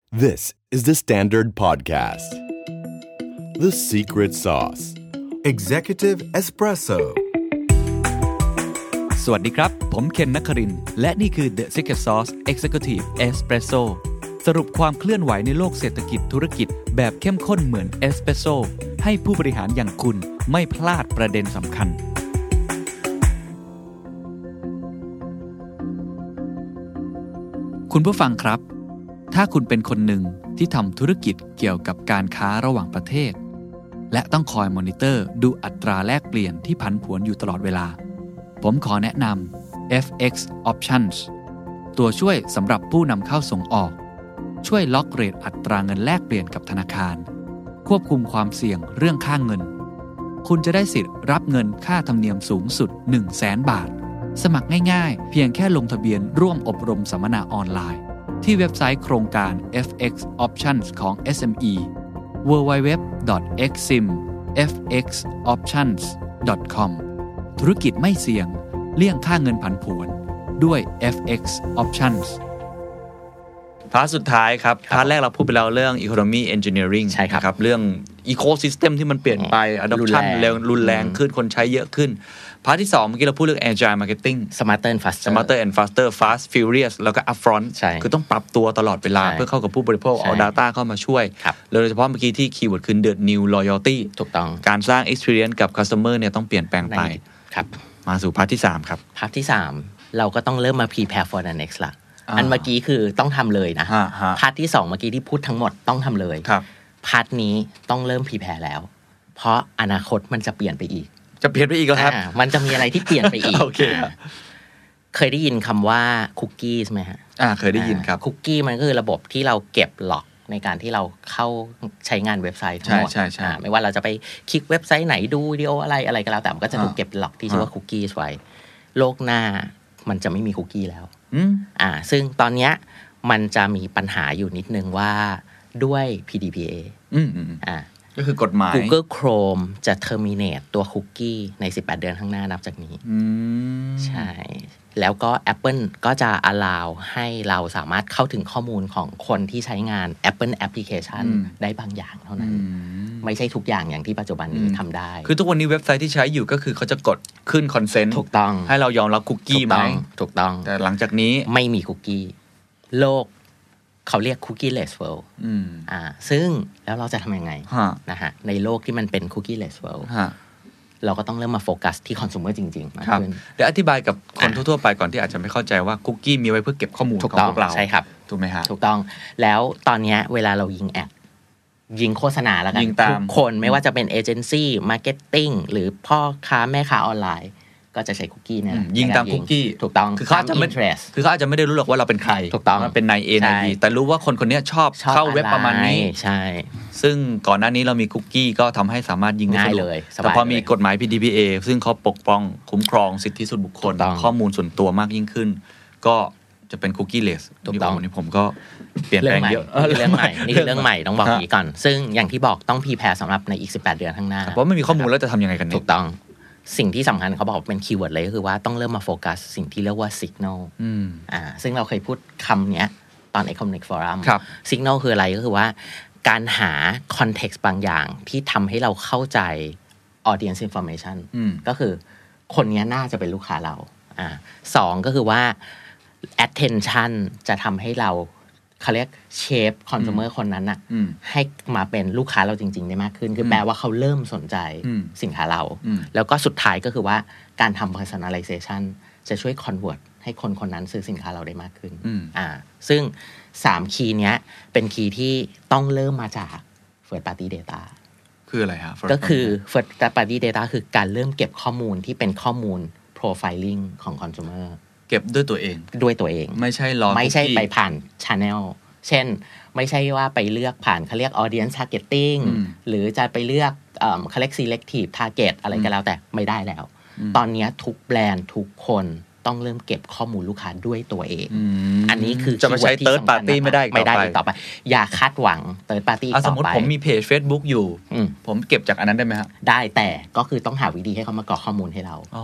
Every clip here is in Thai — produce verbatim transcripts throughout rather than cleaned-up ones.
This is the Standard Podcast. The Secret Sauce Executive Espresso สวัสดีครับผมเคนนครินทร์และนี่คือ The Secret Sauce Executive Espresso สรุปความเคลื่อนไหวในโลกเศรษฐกิจธุรกิจแบบเข้มข้นเหมือนเอสเปรสโซ่ให้ผู้บริหารอย่างคุณไม่พลาดประเด็นสำคัญคุณผู้ฟังครับถ้าคุณเป็นคนหนึ่งที่ทำธุรกิจเกี่ยวกับการค้าระหว่างประเทศและต้องคอยมอนิเตอร์ดูอัตราแลกเปลี่ยนที่ผันผวนอยู่ตลอดเวลาผมขอแนะนำ เอฟ เอ็กซ์ Options ตัวช่วยสำหรับผู้นำเข้าส่งออกช่วยล็อกเรทอัตราเงินแลกเปลี่ยนกับธนาคารควบคุมความเสี่ยงเรื่องค่าเงินคุณจะได้สิทธิ์รับเงินค่าธรรมเนียมสูงสุด หนึ่งแสน บาทสมัครง่ายๆเพียงแค่ลงทะเบียนร่วมอบรมสัมมนาออนไลน์ที่เว็บไซต์โครงการ เอฟ เอ็กซ์ Options ของ เอส เอ็ม อี ดับเบิลยู ดับเบิลยู ดับเบิลยู ดอท เอ็กซิม เอฟ เอ็กซ์ ออปชั่นส์ ดอท คอม ธุรกิจไม่เสี่ยงเลี่ยงค่าเงินผันผวนด้วย เอฟ เอ็กซ์ Options พาร์ทสุดท้ายครับพาร์ทแรกเราพูดไปแล้วเรื่อง Economy Engineering ใช่ครับเรื่อง Ecosystem ที่มันเปลี่ยนไป Adoption เร็วรุนแรงขึ้นคนใช้เยอะขึ้นพาร์ทที่สองเมื่อกี้เราพูดเรื่อง Agile Marketing Smarter and Faster Smarter and Faster Fast Furious แล้วก็ Upfront คือต้องปรับตัวตลอดเวลาเพื่อเข้ากับผู้บริโภคเอา data เข้ามาช่วยโดยเฉพาะเมื่อกี้ที่คีย์เวิร์ดคือ The New Loyalty ถูกต้องการสร้าง Experience กับ Customer เนี่ยต้องเปลี่ยนแปลงไปครับมาสู่พาร์ทที่สามครับพาร์ทที่สามเราก็ต้องเริ่มมา prepare for the next ละอันเมื่อกี้คือต้องทำเลยนะพาร์ทที่สองเมื่อกี้ที่พูดทั้งหมดต้องทำเลยพาร์ทนี้ต้องเริ่ม prepare แล้วเพราะอนาคตมันจะเปลี่ยนไปอีกจะเปลี่ยนไปอีกแล้วครับมันจะมีอะไรที่เปลี่ยนไปอีกโอเคเคยได้ยินคำว่าคุกกี้ไหมฮะอ่าเคยได้ยินครับคุกกี้มันก็คือระบบที่เราเก็บล็อกในการที่เราเข้าใช้งานเว็บไซต์ทั้งหมดใช่ใช่ไม่ว่าเราจะไปคลิกเว็บไซต์ไหนดูวิดีโออะไรอะไรก็แล้วแต่มันก็จะถูกเก็บล็อกที่ชื่อว่าคุกกี้ไว้โลกหน้ามันจะไม่มีคุกกี้แล้วอ่าซึ่งตอนเนี้ยมันจะมีปัญหาอยู่นิดนึงว่าด้วย พี ดี พี เออืมอ่าก็คือกฎหมาย Google Chrome จะ terminate ตัวคุกกี้ในสิบแปดเดือนข้างหน้านับจากนี้ใช่แล้วก็ Apple ก็จะ allow ให้เราสามารถเข้าถึงข้อมูลของคนที่ใช้งาน Apple Application ได้บางอย่างเท่านั้นไม่ใช่ทุกอย่างอย่างที่ปัจจุบันนี้ทำได้คือทุกวันนี้เว็บไซต์ที่ใช้อยู่ก็คือเขาจะกดขึ้น consent ถูกต้องให้เรายอมรับคุกกี้ไหมถูกต้องแต่หลังจากนี้ไม่มีคุกกี้โลกเขาเรียก cookie-less world อืมอ่าซึ่งแล้วเราจะทำยังไงนะฮะในโลกที่มันเป็น cookie-less world เราก็ต้องเริ่มมาโฟกัสที่ consumer จริงๆมากขึ้นเดี๋ยวอธิบายกับคนทั่วๆไปก่อนที่อาจจะไม่เข้าใจว่าคุกกี้มีไว้เพื่อเก็บข้อมูลของพวกเราใช่ครับถูกไหมฮะถูกต้องแล้วตอนนี้เวลาเรายิงแอดยิงโฆษณาแล้วกันทุกคนไม่ว่าจะเป็นเอเจนซี่มาร์เก็ตติ้งหรือพ่อค้าแม่ค้าออนไลน์ก็จะใช้คุกกี้เนี่ยยิงตามคุกกี้ถูกต้องคือเขาอาจจะไม่คือเขาอาจจะไม่ได้รู้หรอกว่าเราเป็นใครถูกต้องเป็นนาย A นาย B แต่รู้ว่าคนคนนี้ชอบเข้าเว็บประมาณนี้ใช่ซึ่งก่อนหน้านี้เรามีคุกกี้ก็ทำให้สามารถยิงได้เลยแต่พอมีกฎหมาย พี ดี พี เอ ซึ่งเขาปกป้องคุ้มครองสิทธิส่วนบุคคลข้อมูลส่วนตัวมากยิ่งขึ้นก็จะเป็นคุกกี้เลสถูกต้องวันนี้ผมก็เปลี่ยนแปลงเยอะเรื่องใหม่นี่คือเรื่องใหม่ต้องบอกอย่างนี้ก่อนซึ่งอย่างที่บอกต้องพรีแพร์สำหรับในอีกสิบแปดเดือนข้างหน้าเพราะไม่มีข้อมูลแล้วจะทำยังไงกันเนี่ยถูกต้องสิ่งที่สำคัญเขาบอกเป็นคีย์เวิร์ดเลยก็คือว่าต้องเริ่มมาโฟกัสสิ่งที่เรียกว่า signal อ่าซึ่งเราเคยพูดคำนี้ตอน Economic Forum signal คืออะไรก็คือว่าการหา context บางอย่างที่ทำให้เราเข้าใจ audience information ก็คือคนนี้น่าจะเป็นลูกค้าเราอ่าสองก็คือว่า attention จะทำให้เราเขาเรียกเชฟคอน sumer คนนั้นน่ะให้มาเป็นลูกค้าเราจริงๆได้มากขึ้นคือแปลว่าเขาเริ่มสนใจสินค้าเราแล้วก็สุดท้ายก็คือว่าการทำ personalization จะช่วย convert ให้คนคนนั้นซื้อสินค้าเราได้มากขึ้นอ่าซึ่งสามคีย์เนี้ยเป็นคีย์ที่ต้องเริ่มมาจาก first party data คืออะไรฮะก็คือ first party data คือการเริ่มเก็บข้อมูลที่เป็นข้อมูล profiling ของ consumer เก็บด้วยตัวเองด้วยตัวเองไม่ใช่รอไม่ใช่ไปผ่าน channel เช่นไม่ใช่ว่าไปเลือกผ่านเขาเรียก audience targeting หรือจะไปเลือกเอ่อเขาเรียก selective target อะไรก็แล้วแต่ไม่ได้แล้วตอนนี้ทุกแบรนด์ทุกคนต้องเริ่มเก็บข้อมูลลูกค้าด้วยตัวเองอันนี้คือจะมาใช้ third party ไม่ได้ไม่ได้ต่อไปอย่าคาดหวัง third party ต่อไปสมมติผมมีเพจ Facebook อยู่ผมเก็บจากอันนั้นได้ไหมครับได้แต่ก็คือต้องหาวิธีให้เขามากรอกข้อมูลให้เรา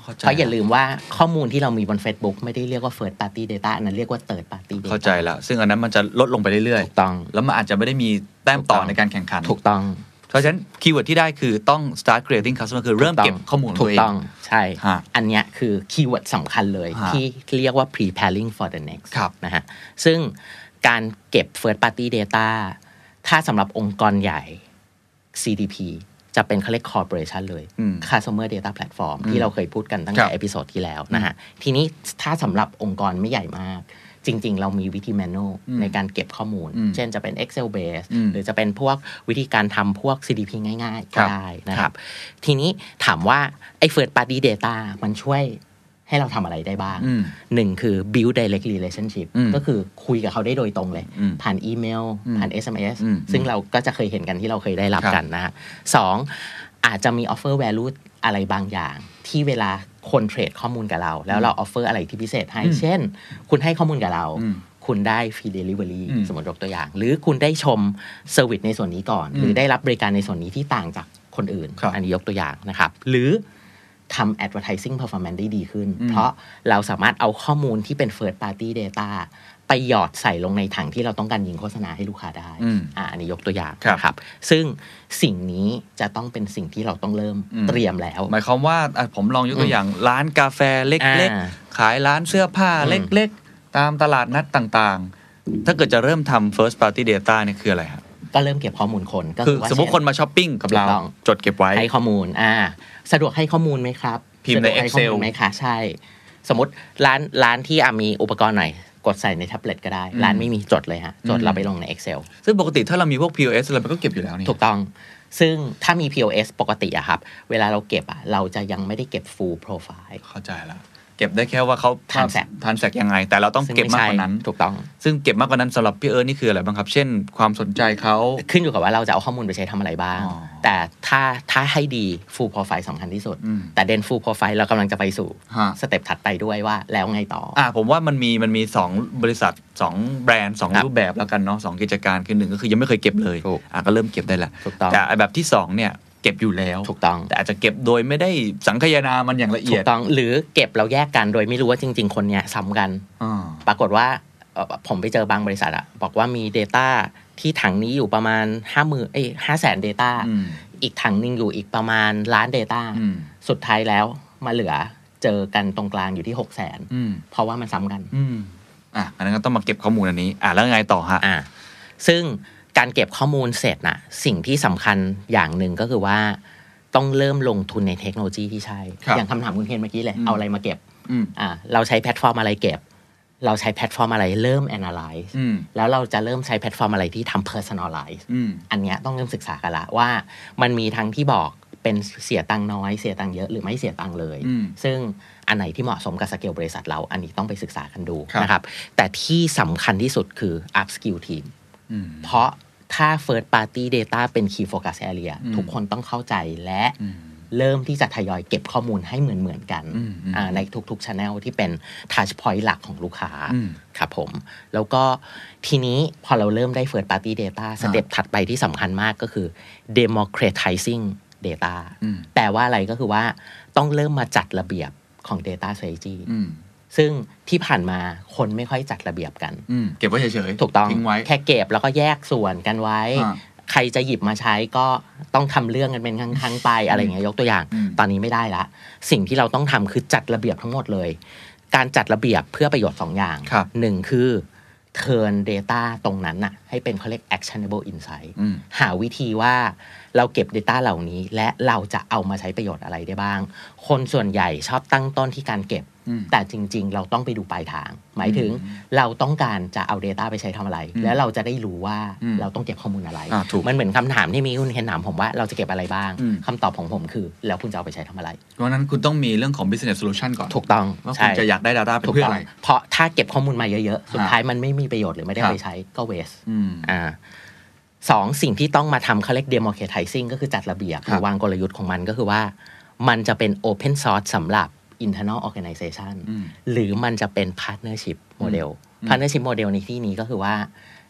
เพราะอย่าลืมว่าข้อมูลที่เรามีบน Facebook ไม่ได้เรียกว่า first party data อันนั้นเรียกว่า third party data เข้าใจแล้วซึ่งอันนั้นมันจะลดลงไปเรื่อยๆถูกต้องแล้วมันอาจจะไม่ได้มีแต้มต่อในการแข่งขันถูกต้องเพราะฉะนั้นคีย์เวิร์ดที่ได้คือต้อง start creating customer คือเริ่มเก็บข้อมูลตัวเองถูกต้องใช่อันเนี้ยคือคีย์เวิร์ดสำคัญเลยที่เรียกว่า preparing for the next นะฮะซึ่งการเก็บ first party data ถ้าสำหรับองค์กรใหญ่ ซี ดี พี จะเป็นเขาเรียก corporation เลย customer data platform ที่เราเคยพูดกันตั้งแต่เอพิโซดที่แล้วนะฮะทีนี้ถ้าสำหรับองค์กรไม่ใหญ่มากจริงๆเรามีวิธี manual ในการเก็บข้อมูลเช่นจะเป็น Excel base หรือจะเป็นพวกวิธีการทำพวก ซี ดี พี ง่ายๆก็ได้นะครับทีนี้ถามว่าไอ้ first party data มันช่วยให้เราทำอะไรได้บ้างหนึ่งคือ build direct relationship ก็คือคุยกับเขาได้โดยตรงเลยผ่านอีเมลผ่าน เอส เอ็ม เอส ซึ่งเราก็จะเคยเห็นกันที่เราเคยได้รับกันนะฮะสองอาจจะมี offer value อะไรบางอย่างที่เวลาคนเทรดข้อมูลกับเราแล้วเรา offer อะไรที่พิเศษให้เช่นคุณให้ข้อมูลกับเราคุณได้ฟรี delivery สมมติยกตัวอย่างหรือคุณได้ชม service ในส่วนนี้ก่อนหรือได้รับบริการในส่วนนี้ที่ต่างจากคนอื่นอันนี้ยกตัวอย่างนะครับหรือทำ advertising performance ได้ดีขึ้นเพราะเราสามารถเอาข้อมูลที่เป็น first party data ไปหยอดใส่ลงในถังที่เราต้องการยิงโฆษณาให้ลูกค้าได้อ่าอันนี้ยกตัวอย่างนะครับซึ่งสิ่งนี้จะต้องเป็นสิ่งที่เราต้องเริ่มเตรียมแล้วหมายความว่าผมลองยกตัวอย่างร้านกาแฟเล็กๆขายร้านเสื้อผ้าเล็กๆตามตลาดนัดต่างๆถ้าเกิดจะเริ่มทำ first party data เนี่ยคืออะไรครับก็เริ่มเก็บข้อมูลคนก็คือสมมติคนมาช้อปปิ้งกับเราจดเก็บไว้ให้ข้อมูลอ่าสะดวกให้ข้อมูลไหมครับพิมพ์ใน Excel ไหมคะใช่สมมติร้านร้านที่มีอุปกรณ์หน่อยกดใส่ในแท็บเล็ตก็ได้ร้านไม่มีจดเลยฮะจดเราไปลงใน Excel ซึ่งปกติถ้าเรามีพวก พี โอ เอส อะไรมันก็เก็บอยู่แล้วนี่ถูกต้องซึ่งถ้ามี พี โอ เอส ปกติอะครับเวลาเราเก็บอะเราจะยังไม่ได้เก็บ full profile เข้าใจแล้วเก็บได้แค่ว่าเขาทานแสกทานแสกยังไงแต่เราต้องเก็บมากกว่านั้นถูกต้องซึ่งเก็บมากกว่านั้นสำหรับพี่เอิร์ธนี่คืออะไรบ้างครับเช่นความสนใจเขาขึ้นอยู่กับว่าเราจะเอาข้อมูลไปใช้ทำอะไรบ้างแต่ถ้าถ้าให้ดี full profile สำคัญที่สุดแต่เด่น full profile เรากำลังจะไปสู่สเต็ปถัดไปด้วยว่าแล้วไงต่ออ่าผมว่ามันมีมันมีสองบริษัทสองแบรนด์สองรูปแบบแล้วกันเนาะสองกิจการคือหนึ่งก็คือยังไม่เคยเก็บเลยอ่ะก็เริ่มเก็บได้ละแต่แบบที่สองเนี่ยเก็บอยู่แล้วถูกต้องแต่อาจจะเก็บโดยไม่ได้สังคายนามันอย่างละเอียดถูกต้องหรือเก็บเราแยกกันโดยไม่รู้ว่าจริงๆคนเนี้ยซ้ำกันปรากฏว่าผมไปเจอบางบริษัทอะบอกว่ามี data ที่ถังนี้อยู่ประมาณห้าหมื่นเอ้ยห้าแสน data อีกถังนึงอยู่อีกประมาณล้าน data สุดท้ายแล้วมาเหลือเจอกันตรงกลางอยู่ที่หกแสนเพราะว่ามันซ้ำกันอ่ะอันนั้นก็ต้องมาเก็บข้อมูลอันนี้อ่ะแล้วไงต่อฮะอ่ะซึ่งการเก็บข้อมูลเสร็จน่ะสิ่งที่สำคัญอย่างหนึ่งก็คือว่าต้องเริ่มลงทุนในเทคโนโลยีที่ใช่อย่างคำถามคุณเคนเมื่อกี้เลยเอาอะไรมาเก็บอ่าเราใช้แพลตฟอร์มอะไรเก็บเราใช้แพลตฟอร์มอะไรเริ่ม analyze แล้วเราจะเริ่มใช้แพลตฟอร์มอะไรที่ทำ personalize อันเนี้ยต้องเริ่มศึกษากันละว่ามันมีทั้งที่บอกเป็นเสียตังค์น้อยเสียตังค์เยอะหรือไม่เสียตังค์เลยซึ่งอันไหนที่เหมาะสมกับสเกลบริษัทเราอันนี้ต้องไปศึกษากันดูนะครับแต่ที่สำคัญที่สุดคือ up skill team เพราะถ้า first party data เป็น key focus area ทุกคนต้องเข้าใจและเริ่มที่จะทยอยเก็บข้อมูลให้เหมือนเหมือนกันในทุกๆ channel ที่เป็น touch point หลักของลูกค้าครับผมแล้วก็ทีนี้พอเราเริ่มได้ first party data สเต็ปถัดไปที่สำคัญมากก็คือ democratizing data แปลว่าอะไรก็คือว่าต้องเริ่มมาจัดระเบียบของ data strategyซึ่งที่ผ่านมาคนไม่ค่อยจัดระเบียบกันเก็บไว้เฉยๆถูกต้องแค่เก็บแล้วก็แยกส่วนกันไว้ใครจะหยิบมาใช้ก็ต้องทำเรื่องกันเป็นครั้งๆไปอะไรอย่างเงี้ยยกตัวอย่างตอนนี้ไม่ได้ละสิ่งที่เราต้องทำคือจัดระเบียบทั้งหมดเลยการจัดระเบียบเพื่อประโยชน์สองอย่างหนึ่งคือ turn data ตรงนั้นน่ะให้เป็นเขาเรียก actionable insight หาวิธีว่าเราเก็บ data เหล่านี้และเราจะเอามาใช้ประโยชน์อะไรได้บ้างคนส่วนใหญ่ชอบตั้งต้นที่การเก็บแต่จริงๆเราต้องไปดูปลายทางหมายถึงเราต้องการจะเอา data ไปใช้ทำอะไรแล้วเราจะได้รู้ว่าเราต้องเก็บข้อมูลอะไรมันเหมือนคำถามที่มีคุณเห็นถามผมว่าเราจะเก็บอะไรบ้างคำตอบของผมคือแล้วคุณจะเอาไปใช้ทำอะไรเพราะนั้นคุณต้องมีเรื่องของ business solution ก่อนถูกต้องว่าคุณจะอยากได้ data ไปเพื่ออะไรเพราะถ้าเก็บข้อมูลมาเยอะๆสุดท้ายมันไม่มีประโยชน์หรือไม่ได้ไปใช้ก็ waste อ่าสองสิ่งที่ต้องมาทำเขาเรียก democratizing ก็คือจัดระเบียบหรือวางกลยุทธ์ของมันก็คือว่ามันจะเป็น open source สำหรับ internal organization หรือมันจะเป็น partnership model partnership model ในที่นี้ก็คือว่า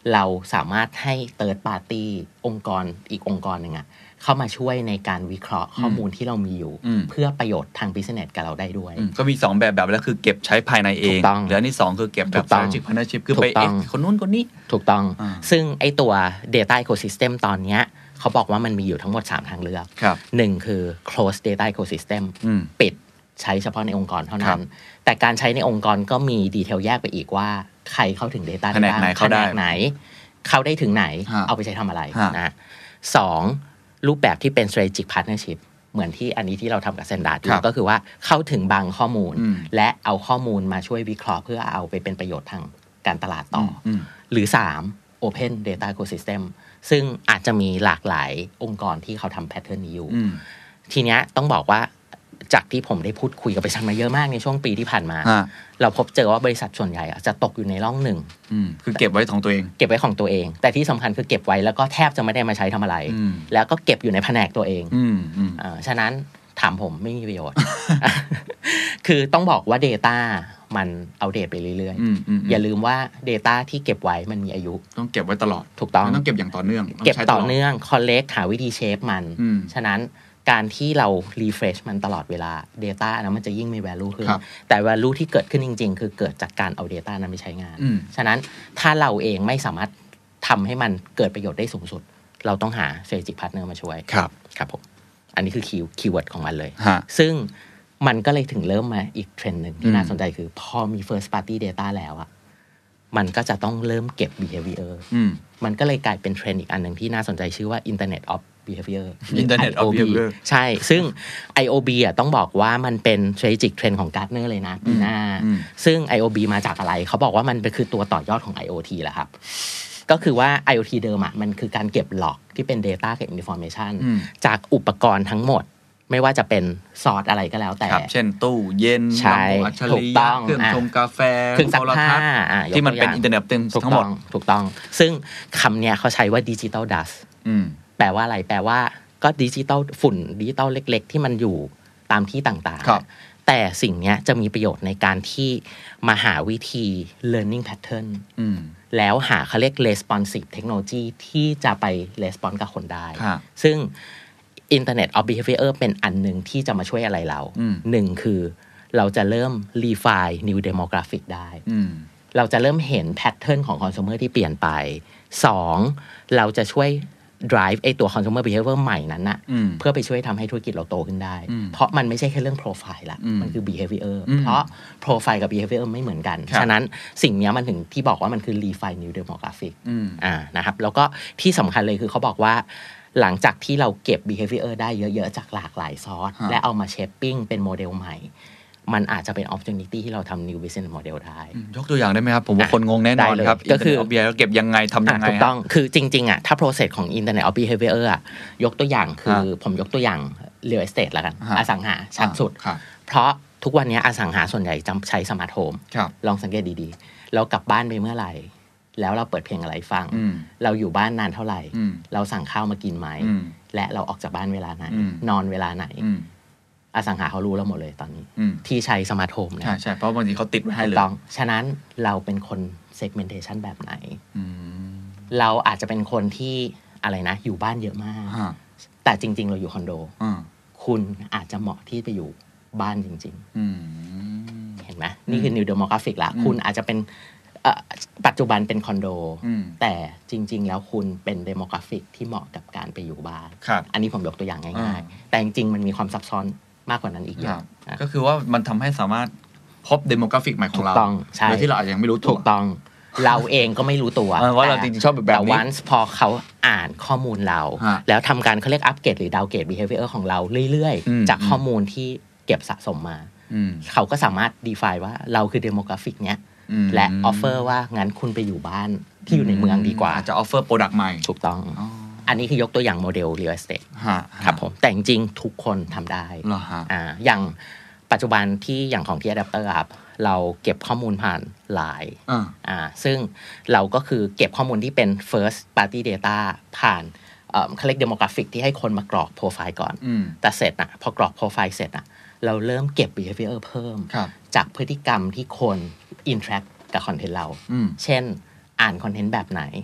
เราสามารถให้ third party องค์กรอีกองค์กรหนึ่งอะเข้ามาช่วยในการวิเคราะห์ข้อมูลที่เรามีอยู่เพื่อประโยชน์ทาง business กับเราได้ด้วยก็มีสองแบบแบบแล้วคือเก็บใช้ภายในเองแล้วอันที่สองคือเก็บแบบ strategic partnership คือไปเอ็กคนนู้นคนนี้ถูกต้องซึ่งไอตัว data ecosystem ตอนเนี้ยเขาบอกว่ามันมีอยู่ทั้งหมดสามทางเลือกหนึ่งคือ close data ecosystem ปิดใช้เฉพาะในองค์กรเท่านั้นแต่การใช้ในองค์กรก็มีดีเทลแยกไปอีกว่าใครเข้าถึง data ได้บ้างแผนกไหนเข้าได้ถึงไหนเอาไปใช้ทำอะไรนะสองรูปแบบที่เป็น strategic partnership เหมือนที่อันนี้ที่เราทำกับ Standard อยู่ก็คือว่าเข้าถึงบางข้อมูลและเอาข้อมูลมาช่วยวิเคราะห์เพื่อเอาไปเป็นประโยชน์ทางการตลาดต่อหรือสาม open data ecosystem ซึ่งอาจจะมีหลากหลายองค์กรที่เขาทำแพทเทิร์นนี้อยู่ทีเนี้ยต้องบอกว่าจากที่ผมได้พูดคุยกับบริษัทมาเยอะมากในช่วงปีที่ผ่านมาเราพบเจอว่าบริษัทส่วนใหญ่จะตกอยู่ในร่องหนึ่งคือเก็บไว้ของตัวเองเก็บไว้ของตัวเองแต่ที่สำคัญคือเก็บไว้แล้วก็แทบจะไม่ได้มาใช้ทำอะไรแล้วก็เก็บอยู่ในแผนกตัวเองอ่าฉะนั้นถามผมไม่มีประโยชน์ คือต้องบอกว่า data มันอัปเดตไปเรื่อยๆอย่าลืมว่า data ที่เก็บไว้มันมีอายุต้องเก็บไว้ตลอดถูกต้องต้องเก็บอย่างต่อเนื่องเก็บต่อเนื่อง collect หาวิธีเชฟมันฉะนั้นการที่เรา refresh มันตลอดเวลา data นะมันจะยิ่งมี value ขึ้นแต่ value ที่เกิดขึ้นจริงๆคือเกิดจากการเอา data นั้นไปใช้งานฉะนั้นถ้าเราเองไม่สามารถทำให้มันเกิดประโยชน์ได้สูงสุดเราต้องหา strategic partner มาช่วยครับครับผมอันนี้คือคีย์คีย์เวิร์ดของมันเลยซึ่งมันก็เลยถึงเริ่มมาอีกเทรนด์หนึ่งที่น่าสนใจคือพอมี first party data แล้วอะมันก็จะต้องเริ่มเก็บ behavior มันก็เลยกลายเป็นเทรนด์อีกอันหนึ่งที่น่าสนใจชื่อว่า internet of behavior internet of behavior ใช่ซึ่ง ไอ โอ บี อ่ะต้องบอกว่ามันเป็น strategic trend ของ Gartner เลยนะปีหน้าซึ่ง ไอ โอ บี มาจากอะไรเขาบอกว่ามันเป็นคือตัวต่อยอดของ ไอ โอ ที แหละครับก็คือว่า ไอ โอ ที เดิมอ่ะมันคือการเก็บล็อกที่เป็น data กับ information จากอุปกรณ์ทั้งหมดไม่ว่าจะเป็นซอสอะไรก็แล้วแต่เช่นตู้เย็นลำโพงอัจฉริยะเครื่องชงกาแฟเครื่องซักผ้าที่มันเป็นอินเทอร์เน็ตทั้งหมดถูกต้องซึ่งคำเนี้ยเขาใช้ว่า digital dust แปลว่าอะไรแปลว่าก็ดิจิตอลฝุ่นดิจิตอลเล็กๆที่มันอยู่ตามที่ต่างๆแต่สิ่งนี้จะมีประโยชน์ในการที่มาหาวิธี learning pattern แล้วหาเขาเรียก responsive technology ที่จะไป respond กับคนได้ซึ่ง Internet of Behavior เป็นอันหนึ่งที่จะมาช่วยอะไรเราหนึ่งคือเราจะเริ่ม refine new demographic ได้เราจะเริ่มเห็น pattern ของ consumer ที่เปลี่ยนไปสองเราจะช่วยdrive ไอตัว consumer behavior ใหม่นั้นน่ะเพื่อไปช่วยทำให้ธุรกิจเราโตขึ้นได้เพราะมันไม่ใช่แค่เรื่อง profile ละมันคือ behavior เพราะ profile กับ behavior ไม่เหมือนกันฉะนั้นสิ่งนี้มันถึงที่บอกว่ามันคือ refine new demographic อ่านะครับแล้วก็ที่สำคัญเลยคือเขาบอกว่าหลังจากที่เราเก็บ behavior ได้เยอะๆจากหลากหลายซอสและเอามา shaping เป็นโมเดลใหม่มันอาจจะเป็น opportunity ที่เราทำ new business model ได้ยกตัวอย่างได้ไหมครับผมว่าคนงงแน่นอนครับก็คือ Internet of Behavior เก็บยังไงทำยังไงถูกต้องคือจริงๆอ่ะถ้า process ของ Internet of Behavior อ่ะยกตัวอย่างคือผมยกตัวอย่าง real estate แล้วกันอสังหาชัดสุดเพราะทุกวันนี้อสังหาส่วนใหญ่จะใช้สมาร์ทโฮมลองสังเกตดีๆเรากลับบ้านไปเมื่อไหร่แล้วเราเปิดเพลงอะไรฟังเราอยู่บ้านนานเท่าไหร่เราสั่งข้าวมากินไหมและเราออกจากบ้านเวลาไหนนอนเวลาไหนอสังหาเขารู้แล้วหมดเลยตอนนี้ที่ใช้สมาร์ทโฮมเนี่ยใช่ใช่เพราะบางทีเขาติดไว้ให้เลยต้องฉะนั้นเราเป็นคน segmentation แบบไหนเราอาจจะเป็นคนที่อะไรนะอยู่บ้านเยอะมากแต่จริงๆเราอยู่คอนโดคุณอาจจะเหมาะที่ไปอยู่บ้านจริงๆเห็นไหมนี่คือ new demographic ละคุณอาจจะเป็นปัจจุบันเป็นคอนโดแต่จริงๆแล้วคุณเป็น demographic ที่เหมาะกับการไปอยู่บ้านอันนี้ผมยกตัวอย่างง่ายๆแต่จริงๆมันมีความซับซ้อนมากกว่านั้นอีกเยอะก็คือว่ามันทำให้สามารถพบ demographic ใหม่ของเราโดยที่เราอาจจะยังไม่รู้ตัวถูกต้องเราเองก็ไม่รู้ตัวว่าเราจริงๆชอบแบบนี้แต่วันพอเขาอ่านข้อมูลเราแล้วทำการเขาเรียกอัปเกรดหรือดาวเกรด behavior ของเราเรื่อยๆจากข้อมูลที่เก็บสะสมมาเขาก็สามารถ define ว่าเราคือ demographic เนี้ยและออฟเฟอร์ว่างั้นคุณไปอยู่บ้านที่อยู่ในเมืองดีกว่าจะออฟเฟอร์โปรดักต์ใหม่ถูกต้องอันนี้คือยกตัวอย่างโมเดล real estate ครับผมแต่จริงๆทุกคนทำได้อ่าอย่างปัจจุบันที่อย่างของที่ Adapter ครับเราเก็บข้อมูลผ่าน ไลน์ อ่าซึ่งเราก็คือเก็บข้อมูลที่เป็น first party data ผ่านเอ่อเขาเรียก demographic ที่ให้คนมากรอกโปรไฟล์ก่อนแต่เสร็จอ่ะพอกรอกโปรไฟล์เสร็จอ่ะเราเริ่มเก็บ behavior เพิ่มจากพฤติกรรมที่คน interact กับคอนเทนต์เราเช่นอ่านคอนเทนต์แบบไหน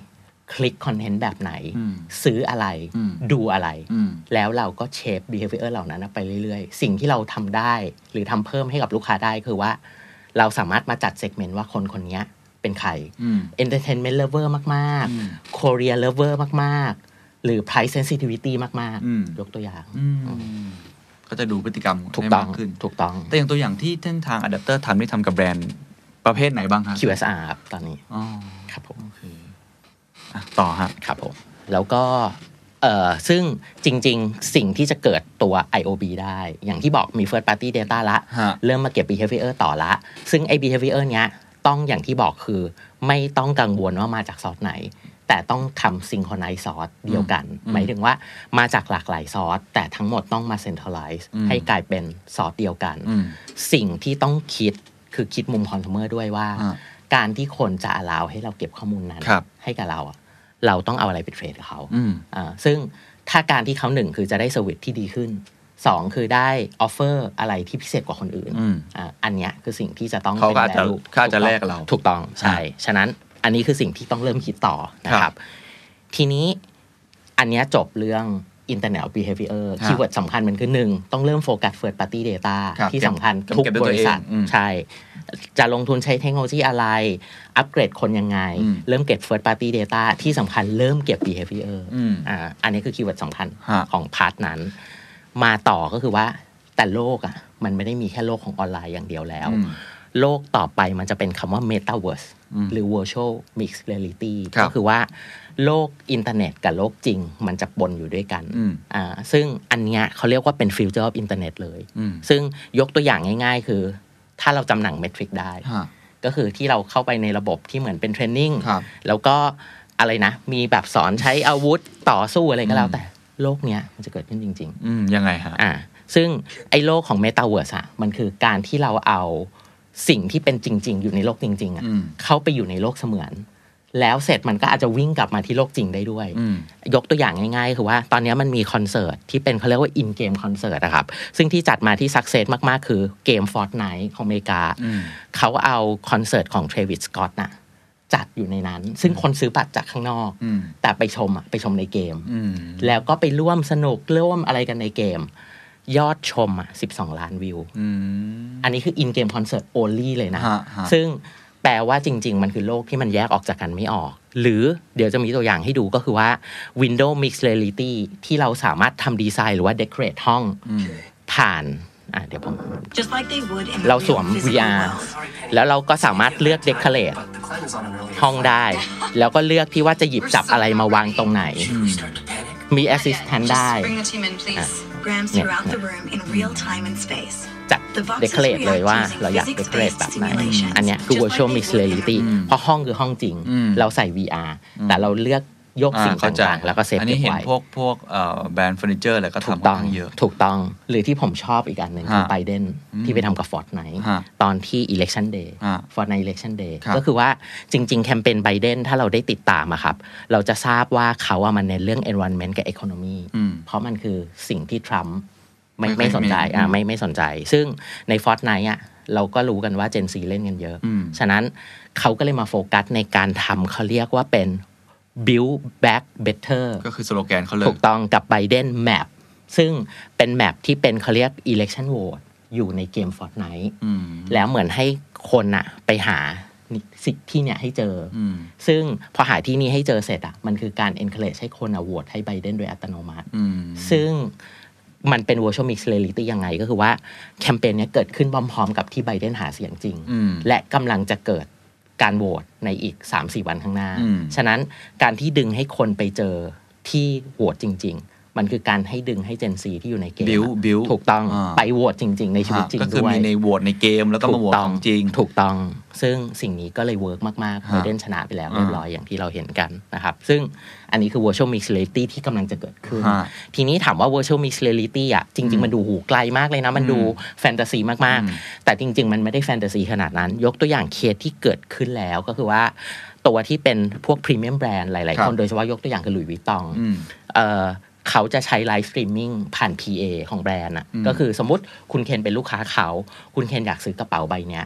คลิกคอนเทนต์แบบไหนซื้ออะไรดูอะไรแล้วเราก็เชฟ behavior เหล่านั้นไปเรื่อยๆสิ่งที่เราทำได้หรือทำเพิ่มให้กับลูกค้าได้คือว่าเราสามารถมาจัดเซกเมนต์ว่าคนคนนี้เป็นใคร entertainment lover มากๆ Korea lover มากๆหรือ price sensitivity มากๆยกตัวอย่างก็จะดูพฤติกรรมถูกต้องขึ้นถูกต้องแต่อย่างตัวอย่างที่ท่านทาง Adapter ทำที่ทำกับแบรนด์ประเภทไหนบ้างครับคิว เอส อาร์ ครับตอนนี้อ๋อครับผมโอเคต่อฮะครับผมแล้วก็เอ่อซึ่งจริงๆสิ่งที่จะเกิดตัว ไอ โอ บี ได้อย่างที่บอกมี first party data ละเริ่มมาเก็บ behavior ต่อละซึ่งไอ้ behavior เนี้ยต้องอย่างที่บอกคือไม่ต้องกังวลว่ามาจากซอสไหนแต่ต้องทำ synchronize ซอสเดียวกันหมายถึงว่ามาจากหลากหลายซอสแต่ทั้งหมดต้องมา centralize ให้กลายเป็นซอสเดียวกันสิ่งที่ต้องคิดคือคิดมุม consumer ด้วยว่าการที่คนจะ allow ให้เราเก็บข้อมูลนั้นให้กับเราเราต้องเอาอะไรไปเทรดกับเขาอ่าซึ่งถ้าการที่เขาหนึ่งคือจะได้เซอร์วิสที่ดีขึ้นสองคือได้ออฟเฟอร์อะไรที่พิเศษกว่าคนอื่นอ่าอันเนี้ยคือสิ่งที่จะต้องเขาจะเขาจะแลกเราถูกต้องใช่ฉะนั้นอันนี้คือสิ่งที่ต้องเริ่มคิดต่อนะครับทีนี้อันเนี้ยจบเรื่อง Internet of Behavior คีย์เวิร์ดสำคัญมันคือหนึ่งต้องเริ่มโฟกัส First Party Data ที่สำคัญทุกบริษัทใช่จะลงทุนใช้เทคโนโลยีอะไรอัปเกรดคนยังไงเริ่มเก็บ First Party Data ที่สำคัญเริ่มเก็บ Behavior อ่าอันนี้คือคีย์เวิร์ดสำคัญของพาร์ทนั้นมาต่อก็คือว่าแต่โลกอ่ะมันไม่ได้มีแค่โลกของออนไลน์อย่างเดียวแล้วโลกต่อไปมันจะเป็นคำว่า Metaverse หรือ Virtual Mixed Reality ก็คือว่าโลกอินเทอร์เน็ตกับโลกจริงมันจะปนอยู่ด้วยกันอ่าซึ่งอันเนี้ยเขาเรียกว่าเป็น Future of Internet เลยซึ่งยกตัวอย่างง่ายๆคือถ้าเราจำหนังเมทริกได้ก็คือที่เราเข้าไปในระบบที่เหมือนเป็นเทรนนิ่งแล้วก็อะไรนะมีแบบสอนใช้อาวุธต่อสู้อะไรก็แล้วแต่โลกเนี้ยมันจะเกิดขึ้นจริงๆอืมยังไงฮะอ่าซึ่งไอ้โลกของเมตาเวิร์สอะมันคือการที่เราเอาสิ่งที่เป็นจริงๆอยู่ในโลกจริงๆอะเข้าไปอยู่ในโลกเสมือนแล้วเสร็จมันก็อาจจะวิ่งกลับมาที่โลกจริงได้ด้วยยกตัวอย่างง่ายๆคือว่าตอนนี้มันมีคอนเสิร์ตที่เป็นเขาเรียกว่าอินเกมคอนเสิร์ตนะครับซึ่งที่จัดมาที่ซักเซสมากๆคือเกม Fortnite ของอเมริกาเขาเอาคอนเสิร์ตของ Travis Scott น่ะจัดอยู่ในนั้นซึ่งคนซื้อบัตรจากข้างนอกแต่ไปชมอ่ะไปชมในเกมแล้วก็ไปร่วมสนุกร่วมอะไรกันในเกมยอดชมอ่ะสิบสองล้านวิวอันนี้คืออินเกมคอนเสิร์ต only เลยนะซึ่งแปลว่าจริงๆมันคือโลกที่มันแยกออกจากกันไม่ออกหรือเดี๋ยวจะมีตัวอย่างให้ดูก็คือว่า Windows Mixed Reality ที่เราสามารถทำดีไซน์หรือว่า decorate ห้องผ่านอ่ะเดี๋ยวผมเราสวม วี อาร์ แล้วเราก็สามารถเลือก decorate ห้องได้แล้วก็เลือกที่ว่าจะหยิบจับอะไรมาวางตรงไหนมี assistant ได้เนี่ยจัด decorate เลยว่าเราอยาก decorate แบบไหนอันเนี้ยคือ virtual mixed reality เพราะห้องคือห้องจริงเราใส่ วี อาร์ แต่เราเลือกยกสิ่งต่างๆแล้วก็เซฟไว้อันนี้เห็นพวกพวกแบรนด์เฟอร์นิเจอร์อะไรก็ทำต้องเยอะถูกต้องหรือที่ผมชอบอีกอันหนึ่งคือไบเดนที่ไปทำกับ Fortnite ตอนที่ election day Fortnite election day ก็คือว่าจริงๆแคมเปญไบเดนถ้าเราได้ติดตามอะครับเราจะทราบว่าเขาอะมันเน้นเรื่อง environment กับ economy เพราะมันคือสิ่งที่ทรัมป์ไม่ไม่สนใจอ่าไม่ไม่สนใจซึ่งใน Fortnite อ่ะเราก็รู้กันว่า Gen Z เล่นกันเยอะฉะนั้นเขาก็เลยมาโฟกัสในการทำเขาเรียกว่าเป็น build back better ก็คือสโลแกนเขาเลยถูกต้องกับ Biden Map ซึ่งเป็นแมปที่เป็นเขาเรียก election vote อยู่ในเกม Fortnite แล้วเหมือนให้คนน่ะไปหาสิ่งที่เนี่ยให้เจอซึ่งพอหาที่นี้ให้เจอเสร็จอ่ะมันคือการ encourage ให้คนอ่ะโหวตให้ Biden โดยอัตโนมัติซึ่งมันเป็น virtual mixed reality ยังไงก็คือว่าแคมเปญนี้เกิดขึ้นพร้อมๆกับที่ไบเดนหาเสียงจริงและกำลังจะเกิดการโหวตในอีก สามสี่ วันข้างหน้าฉะนั้นการที่ดึงให้คนไปเจอที่โหวตจริงๆมันคือการให้ดึงให้ Gen Z ที่อยู่ในเกมถูกต้องไปโหวตจริงๆในชีวิตจริงด้วยก็คือมีในโหวตในเกมแล้วก็มาโหวตของจริงถูกต้องซึ่งสิ่งนี้ก็เลยเวิร์กมากๆไบเดนชนะไปแล้วเรียบร้อยอย่างที่เราเห็นกันนะครับซึ่งอันนี้คือ virtual mixed reality ที่กำลังจะเกิดขึ้นทีนี้ถามว่า virtual mixed reality อ่ะจริงๆมันดูหูไกลมากเลยนะมันดูแฟนตาซีมากๆแต่จริงๆมันไม่ได้แฟนตาซีขนาดนั้นยกตัวอย่างเคสที่เกิดขึ้นแล้วก็คือว่าตัวที่เป็นพวกพรีเมียมแบรนด์หลายๆคนโดยเฉพาะยกตัวอย่างคือหลุยส์วิตตองเอ่อเขาจะใช้ไลฟ์สตรีมมิ่งผ่าน พี เอ ของแบรนด์อ่ะก็คือสมมุติคุณเคนเป็นลูกค้าเขาคุณเคนอยากซื้อกระเป๋าใบเนี้ย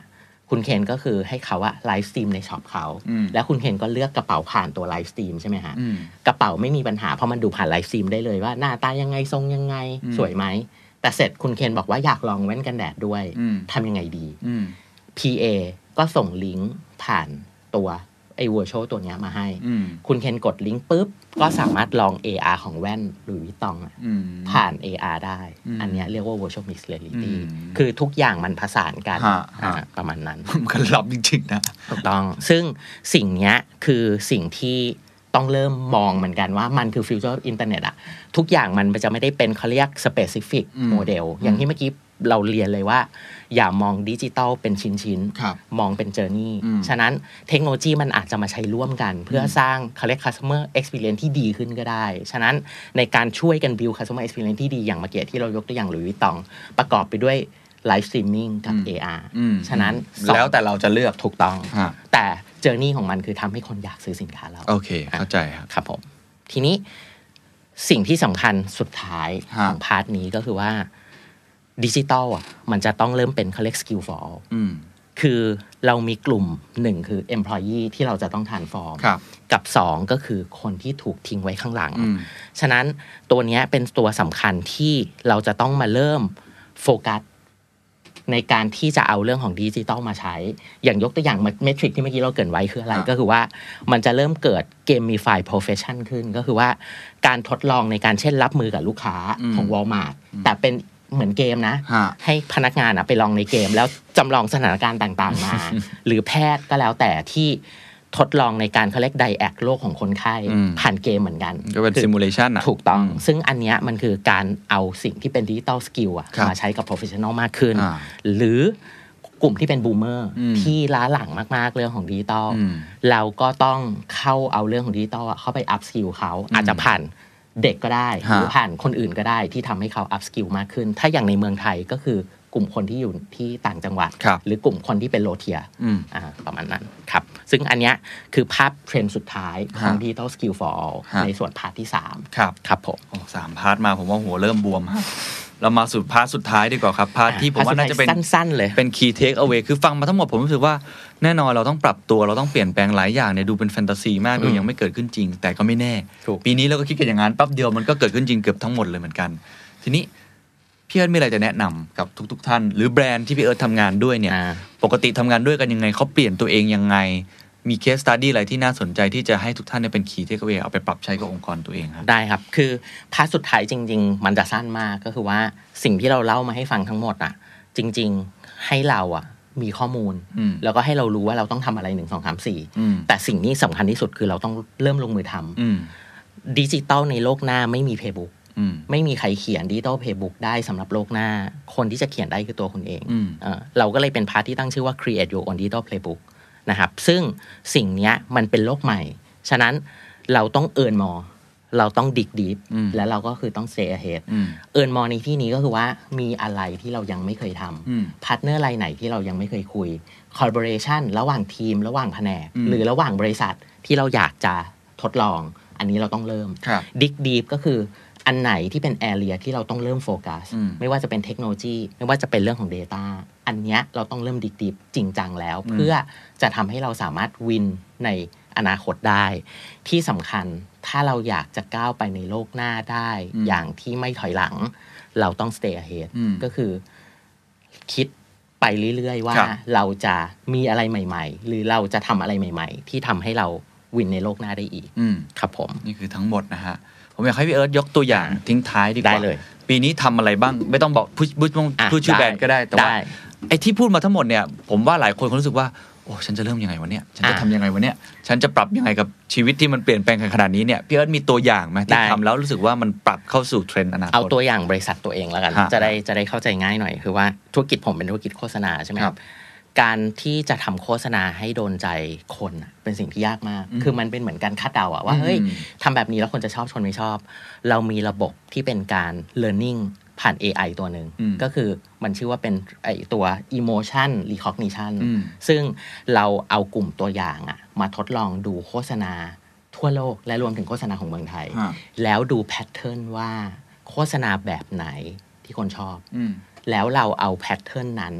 คุณเคนก็คือให้เขาอะไลฟ์สตรีมในช็อปเขาแล้วคุณเคนก็เลือกกระเป๋าผ่านตัวไลฟ์สตรีมใช่ไหมฮะกระเป๋าไม่มีปัญหาเพราะมันดูผ่านไลฟ์สตรีมได้เลยว่าหน้าตายังไงทรงยังไงสวยไหมแต่เสร็จคุณเคนบอกว่าอยากลองแว่นกันแดดด้วยทำยังไงดี พี เอ ก็ส่งลิงก์ผ่านตัวไอ้ virtual ตัวเนี้ยมาให้คุณเคนกดลิงก์ปุ๊บก็สามารถลอง เอ อาร์ ของแว่นหลุยส์วิตตองผ่าน เอ อาร์ ได้อันเนี้ยเรียกว่า virtual mixed reality คือทุกอย่างมันผสานกันประมาณนั้นมันลับจริงๆนะถูกต้องซึ่งสิ่งเนี้ยคือสิ่งที่ต้องเริ่มมองเหมือนกันว่ามันคือ future of internet อะทุกอย่างมันจะไม่ได้เป็นเขาเรียก specific model อย่างที่เมื่อกี้เราเรียนเลยว่าอย่ามองดิจิตอลเป็นชิ้นๆมองเป็นเจอร์นี่ฉะนั้นเทคโนโลยีมันอาจจะมาใช้ร่วมกันเพื่อสร้างเขาเรียก customer experience ที่ดีขึ้นก็ได้ฉะนั้นในการช่วยกัน build customer experience ที่ดีอย่างเมื่อกี้ที่เรายกตัวอย่างหลุยส์วิตตองประกอบไปด้วยไลฟ์สตรีมมิ่งกับ เอ อาร์ ฉะนั้นแล้วแต่เราจะเลือกถูกต้องแต่เจอร์นี่ของมันคือทำให้คนอยากซื้อสินค้าเราโอเคเข้าใจครับครับผมทีนี้สิ่งที่สำคัญสุดท้ายของพาร์ทนี้ก็คือว่าดิจิตอลอ่ะมันจะต้องเริ่มเป็นเขาเรียก skill for all คือเรามีกลุ่มหนึ่งคือ employee ที่เราจะต้อง transform กับสองก็คือคนที่ถูกทิ้งไว้ข้างหลังฉะนั้นตัวนี้เป็นตัวสำคัญที่เราจะต้องมาเริ่มโฟกัสในการที่จะเอาเรื่องของดิจิตอลมาใช้อย่างยกตัวอย่างเมทริกที่เมื่อกี้เราเกริ่นไว้คืออะไรก็คือว่ามันจะเริ่มเกิด gamify profession ขึ้นก็คือว่าการทดลองในการเช่นรับมือกับลูกค้าของ Walmart แต่เป็นเหมือนเกมนะให้พนักงานไปลองในเกมแล้วจำลองสถานการณ์ต่างๆมาหรือแพทย์ก็แล้วแต่ที่ทดลองในการเขาเรียกไดแอคโรคของคนไข้ผ่านเกมเหมือนกันก็เป็นซิมูเลชันอ่ะถูกต้องซึ่งอันเนี้ยมันคือการเอาสิ่งที่เป็นดิจิตอลสกิลอ่ะมาใช้กับโปรเฟชชั่นอลมากขึ้นหรือกลุ่มที่เป็นบูมเมอร์ที่ล้าหลังมากๆเรื่องของดิจิตอลเราก็ต้องเข้าเอาเรื่องของดิจิตอลเข้าไปอัพสกิลเขาอาจจะผ่านเด็กก็ได้หรือผ่านคนอื่นก็ได้ที่ทำให้เขาอัพสกิลมากขึ้นถ้าอย่างในเมืองไทยก็คือกลุ่มคนที่อยู่ที่ต่างจังหวัดหรือกลุ่มคนที่เป็นโลเทียอ่าประมาณนั้นครับซึ่งอันเนี้ยคือภาพเทรนด์สุดท้ายของ Digital Skill for All ในส่วนพาร์ทที่สามครับครับผมโอ้สามพาร์ทมาผมว่าหัวเริ่มบวมเรามาสู่พาร์ทสุดท้ายดีกว่าครับพาร์ทที่ผมว่าน่าจะเป็นสั้นๆเลยเป็น key take away คือฟังมาทั้งหมดผมรู้สึกว่าแน่นอนเราต้องปรับตัวเราต้องเปลี่ยนแปลงหลายอย่างเนี่ยดูเป็นแฟนตาซีมากดูยังไม่เกิดขึ้นจริงแต่ก็ไม่แน่ปีนี้เราก็คิดกันอย่างนั้นแป๊บเดียวมันก็เกิดขึ้นจริงเกือบทั้งหมดเลยเหมือนกันทีนี้พี่เอิร์ธมีอะไรจะแนะนำกับทุกๆท่านหรือแบรนด์ที่พี่เอิร์ธทำงานด้วยเนี่ยปกติทำงานด้วยกันยังไงเขาเปลี่ยนตัวเองยังไงมีเคสสตั๊ดดี้อะไรที่น่าสนใจที่จะให้ทุกท่านเป็นคีย์เทคเอาไว้เอาไปปรับใช้กับองค์กรตัวเองครับได้ครับคือพาร์ทสุดท้ายจริงๆมันจะสั้นมากก็คือว่าสิ่งที่เราเล่ามาให้ฟังทั้งหมดอ่ะจริงๆให้เราอ่ะมีข้อมูลแล้วก็ให้เรารู้ว่าเราต้องทำอะไรหนึ่งสองสามสี่แต่สิ่งนี้สำคัญที่สุดคือเราต้องเริ่มลงมือทำดิจิตอลในโลกหน้าไม่มีเพย์บุ๊กไม่มีใครเขียนดิจิตอลเพย์บุ๊กได้สำหรับโลกหน้าคนที่จะเขียนได้คือตัวคุณเองเออเราก็เลยเป็นพาร์ทที่ตั้งชื่อว่า create your own digital playbook นะครับซึ่งสิ่งนี้มันเป็นโลกใหม่ฉะนั้นเราต้องเอิร์นมอเราต้องดิกดีฟและเราก็คือต้อง stay ahead เอิร์นมอในที่นี้ก็คือว่ามีอะไรที่เรายังไม่เคยทำพาร์ทเนอร์รายไหนที่เรายังไม่เคยคุย collaboration ระหว่างทีมระหว่างแผนกหรือระหว่างบริษัทที่เราอยากจะทดลองอันนี้เราต้องเริ่มดิกดีฟก็คืออันไหนที่เป็น area ที่เราต้องเริ่มโฟกัสไม่ว่าจะเป็นเทคโนโลยีไม่ว่าจะเป็นเรื่องของ data อันเนี้ยเราต้องเริ่มดิกดีฟจริงจังแล้วเพื่อจะทำให้เราสามารถวินในอนาคตได้ที่สำคัญถ้าเราอยากจะก้าวไปในโลกหน้าได้อย่างที่ไม่ถอยหลังเราต้อง stay ahead ก็คือคิดไปเรื่อยๆว่าเราจะมีอะไรใหม่ๆหรือเราจะทำอะไรใหม่ๆที่ทำให้เราวินในโลกหน้าได้อีกครับผมนี่คือทั้งหมดนะฮะผมอยากให้พี่เอิร์ธยกตัวอย่างทิ้งท้ายดีกว่าปีนี้ทำอะไรบ้างไม่ต้องบอกพูดพูดชื่อแบรนด์ก็ได้แต่ว่าไอ้ที่พูดมาทั้งหมดเนี่ยผมว่าหลายคนเขารู้สึกว่าโอ้ฉันจะเริ่มยังไงวะเนี่ยฉันจะทำยังไงวะเนี่ยฉันจะปรับยังไงกับชีวิตที่มันเปลี่ยนแปลงขนาดนี้เนี่ยพี่เอิร์ธมีตัวอย่างไหมที่ทำแล้วรู้สึกว่ามันปรับเข้าสู่เทรนด์อนาคตเอาตัวอย่างบริษัทตัวเองแล้วกันจะได้จะได้เข้าใจง่ายหน่อยคือว่าธุรกิจผมเป็นธุรกิจโฆษณาใช่ไหมครับการที่จะทำโฆษณาให้โดนใจคนเป็นสิ่งที่ยากมากคือมันเป็นเหมือนการคาดเดาอะว่าเฮ้ยทำแบบนี้แล้วคนจะชอบชนไม่ชอบเรามีระบบที่เป็นการ learning ผ่าน เอ ไอ ตัวหนึ่งก็คือมันชื่อว่าเป็นไอตัว emotion recognition ซึ่งเราเอากลุ่มตัวอย่างอะมาทดลองดูโฆษณาทั่วโลกและรวมถึงโฆษณาของเมืองไทยแล้วดูแพทเทิร์นว่าโฆษณาแบบไหนที่คนชอบแล้วเราเอาแพทเทิร์นนั้นอะ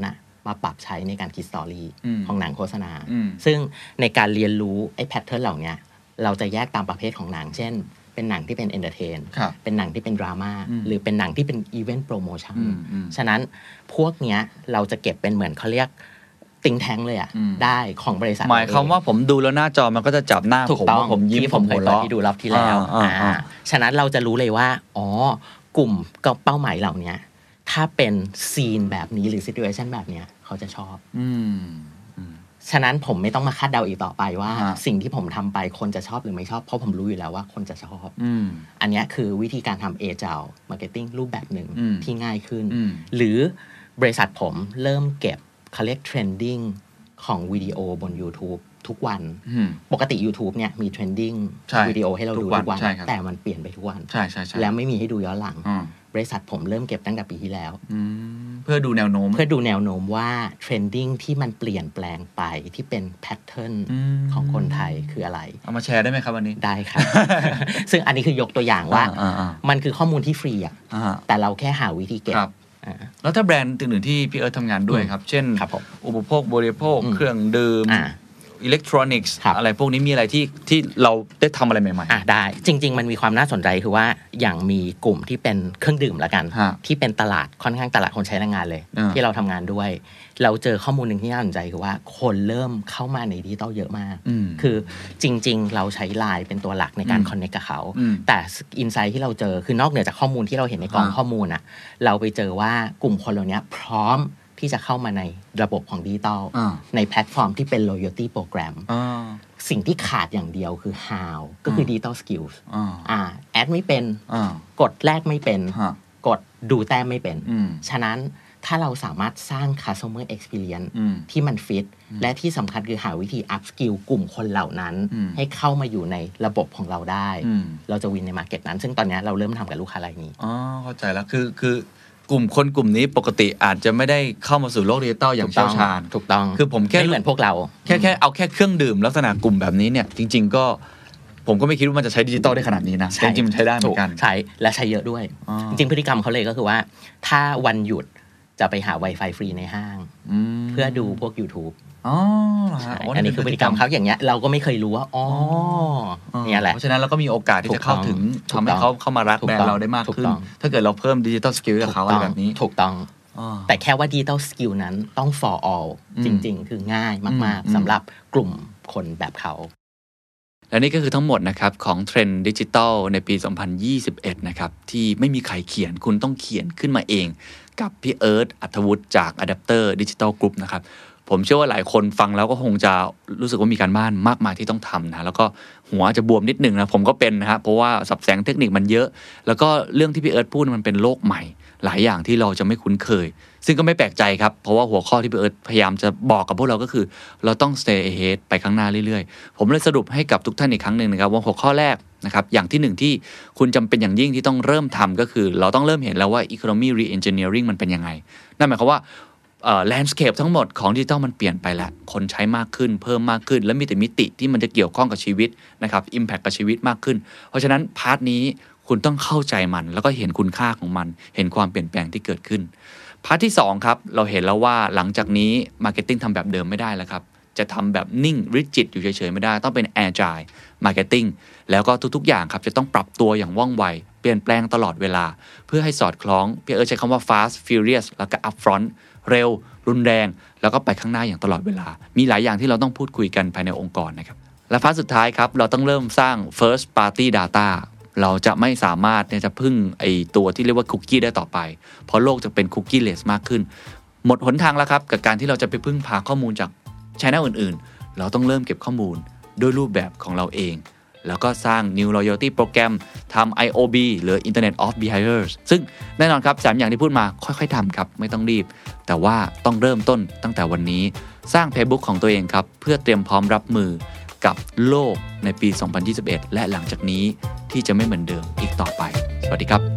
มาปรับใช้ในการคิดสตอรี่ของหนังโฆษณาซึ่งในการเรียนรู้ไอ้แพทเทิร์นเหล่านี้เราจะแยกตามประเภทของหนังเช่นเป็นหนังที่เป็นเอนเตอร์เทนเป็นหนังที่เป็นดราม่าหรือเป็นหนังที่เป็นอีเวนต์โปรโมชั่นฉะนั้นพวกเนี้ยเราจะเก็บเป็นเหมือนเขาเรียกติงแทงเลยอ่ะได้ของบริษัทหมายความว่าผมดูแล้วหน้าจอมันก็จะจับหน้าผมว่าผมยิ้มผมหัวเราะที่ดูรอบที่แล้วอ่าฉะนั้นเราจะรู้เลยว่าอ๋อกลุ่มเป้าหมายเหล่านี้ถ้าเป็นซีนแบบนี้หรือซิทูเอชันแบบเนี้ยเขาจะชอบฉะนั้นผมไม่ต้องมาคาดเดาอีกต่อไปว่าสิ่งที่ผมทำไปคนจะชอบหรือไม่ชอบเพราะผมรู้อยู่แล้วว่าคนจะชอบอันนี้คือวิธีการทำ Agile Marketing รูปแบบหนึ่งที่ง่ายขึ้นหรือบริษัทผมเริ่มเก็บเขาเรียก trending ของวิดีโอบน YouTube ทุกวันปกติ YouTube เนี่ยมี trending วิดีโอให้เราดูทุกวันแต่มันเปลี่ยนไปทุกวันแล้วไม่มีให้ดูย้อนหลังบริษัทผมเริ่มเก็บตั้งแต่ปีที่แล้วเพื่อดูแนวโน้มเพื่อดูแนวโน้มว่า trending ที่มันเปลี่ยนแปลงไปที่เป็น pattern ของคนไทยคืออะไรเอามาแชร์ได้ไหมครับวันนี้ได้ครับ ซึ่งอันนี้คือยกตัวอย่างว่ามันคือข้อมูลที่ฟรีอ่ะแต่เราแค่หาวิธีเก็บแล้วถ้าแบรนด์อื่นๆที่พี่เอิร์ธทำงานด้วยครับเช่นอุปโภคบริโภคเครื่องดื่มอิเล็กทรอนิกส์อะไรพวกนี้มีอะไรที่ที่เราได้ทำอะไรใหม่ๆอ่ะได้จริงๆมันมีความน่าสนใจคือว่าอย่างมีกลุ่มที่เป็นเครื่องดื่มละกันที่เป็นตลาดค่อนข้างตลาดคนใช้แรงงานเลยที่เราทำงานด้วยเราเจอข้อมูลหนึ่งที่น่าสนใจคือว่าคนเริ่มเข้ามาในดิจิตอลเยอะมากคือจริงๆเราใช้ไลน์เป็นตัวหลักในการคอนเนคกับเขาแต่อินไซต์ที่เราเจอคือนอกเหนือจากข้อมูลที่เราเห็นในกองข้อมูลอ่ะเราไปเจอว่ากลุ่มคนเหล่านี้พร้อมที่จะเข้ามาในระบบของดิจิตอลในแพลตฟอร์มที่เป็น loyalty program สิ่งที่ขาดอย่างเดียวคือ how ก็คือ digital skills อ่าแอดไม่เป็นกดแลกไม่เป็นกดดูแต้มไม่เป็นฉะนั้นถ้าเราสามารถสร้าง customer experience ที่มันฟิตและที่สำคัญคือหาวิธี up skill กลุ่มคนเหล่านั้นให้เข้ามาอยู่ในระบบของเราได้เราจะวินใน market นั้นซึ่งตอนนี้เราเริ่มทำกับลูกค้ารายนี้อ๋อเข้าใจแล้วคือคือกลุ่มคนกลุ่มนี้ปกติอาจจะไม่ได้เข้ามาสู่โลกดิจิตอลอย่างเชี่ยวชาญถูกต้องคือผมแค่ไม่เหมือนพวกเราแค่แค่เอาแค่เครื่องดื่มลักษณะกลุ่มแบบนี้เนี่ยจริงๆก็ผมก็ไม่คิดว่ามันจะใช้ดิจิตอลได้ขนาดนี้นะจริงๆมันใช้ได้เหมือนกันใช้และใช้เยอะด้วยจริงๆพฤติกรรมเขาเลยก็คือว่าถ้าวันหยุดจะไปหา Wi-Fi ฟรีในห้างเพื่อดูพวก YouTube อ๋ออันนี้คือพฤติกรรมเขาอย่างเงี้ยเราก็ไม่เคยรู้ว่าอ๋อเนี่ยแหละเพราะฉะนั้นเราก็มีโอกาสที่จะเข้าถึงทำให้เขาเข้ามารักแบรนด์เราได้มากขึ้นถ้าเกิดเราเพิ่มดิจิตอลสกิลกับเขาอะไรแบบนี้ถูกต้องแต่แค่ว่าดิจิตอลสกิลนั้นต้อง for all จริงๆคือง่ายมากๆสำหรับกลุ่มคนแบบเขาและนี่ก็คือทั้งหมดนะครับของเทรนด์ดิจิทัลในปีสองพันยี่สิบเอ็ดนะครับที่ไม่มีใครเขียนคุณต้องเขียนขึ้นมาเองกับพี่เอิร์ธอัธวุฒิจาก Adapter Digital Group นะครับผมเชื่อว่าหลายคนฟังแล้วก็คงจะรู้สึกว่ามีการบ้านมากมายที่ต้องทำนะแล้วก็หัวจะบวมนิดนึงนะผมก็เป็นนะครับเพราะว่าสับแสงเทคนิคมันเยอะแล้วก็เรื่องที่พี่เอิร์ธพูดมันเป็นโลกใหม่หลายอย่างที่เราจะไม่คุ้นเคยซึ่งก็ไม่แปลกใจครับเพราะว่าหัวข้อที่พี่เอิร์ธพยายามจะบอกกับพวกเราก็คือเราต้อง stay ahead ไปข้างหน้าเรื่อยๆผมเลยสรุปให้กับทุกท่านอีกครั้งนึงนะครับว่าหัวข้อแรกนะครับอย่างที่หนึ่งที่คุณจำเป็นอย่างยิ่งที่ต้องเริ่มทำก็คือเราต้องเริ่มเห็นแล้วว่า economy re-engineering มันเป็นยังไงนั่นหมายความว่าเอ่อ landscape ทั้งหมดของดิจิทัลมันเปลี่ยนไปแล้วคนใช้มากขึ้นเพิ่มมากขึ้นและมีแต่มิติที่มันจะเกี่ยวข้องกับชีวิตนะครับ impact กับชีวิตมากขึ้นเพราะฉะนั้นพาร์ทนี้คุณต้องเข้าใจมันแล้วก็เห็นคุณค่าของมันเห็นความเปลี่ยนแปลงที่เกิดขึ้นพาร์ทที่สองครับเราเห็นแล้วว่าหลังจากนี้ marketing ทำแบบเดิมไม่ได้แล้วครับจะทำแบบนิ่ง rigid อยู่เฉยๆไม่ได้ต้องเป็น agile marketing แล้วก็ทุกๆอย่างครับจะต้องปรับตัวอย่างว่องไวเปลี่ยนแปลงตลอดเวลาเพื่อให้สอดคล้องพี่เอิร์ธใช้คำว่า fast furious แล้วก็ upfront เร็วรุนแรงแล้วก็ไปข้างหน้าอย่างตลอดเวลามีหลายอย่างที่เราต้องพูดคุยกันภายในองค์กรนะครับและฟาสสุดท้ายครับเราต้องเริ่มสร้าง first party data เราจะไม่สามารถเนี่ยจะพึ่งไอตัวที่เรียกว่าคุกกี้ได้ต่อไปเพราะโลกจะเป็นคุกกี้เลสมากขึ้นหมดหนทางแล้วครับกับการที่เราจะไปพึ่งพาข้อมูลจาก channel อื่นๆเราต้องเริ่มเก็บข้อมูลด้วยรูปแบบของเราเองแล้วก็สร้าง New Loyalty Program ทำ ไอ โอ บี หรือ Internet of Behaviors ซึ่งแน่นอนครับสามอย่างที่พูดมาค่อยๆทำครับไม่ต้องรีบแต่ว่าต้องเริ่มต้นตั้งแต่วันนี้สร้าง Playbook ของตัวเองครับเพื่อเตรียมพร้อมรับมือกับโลกในปี สองพันยี่สิบเอ็ด และหลังจากนี้ที่จะไม่เหมือนเดิมอีกต่อไปสวัสดีครับ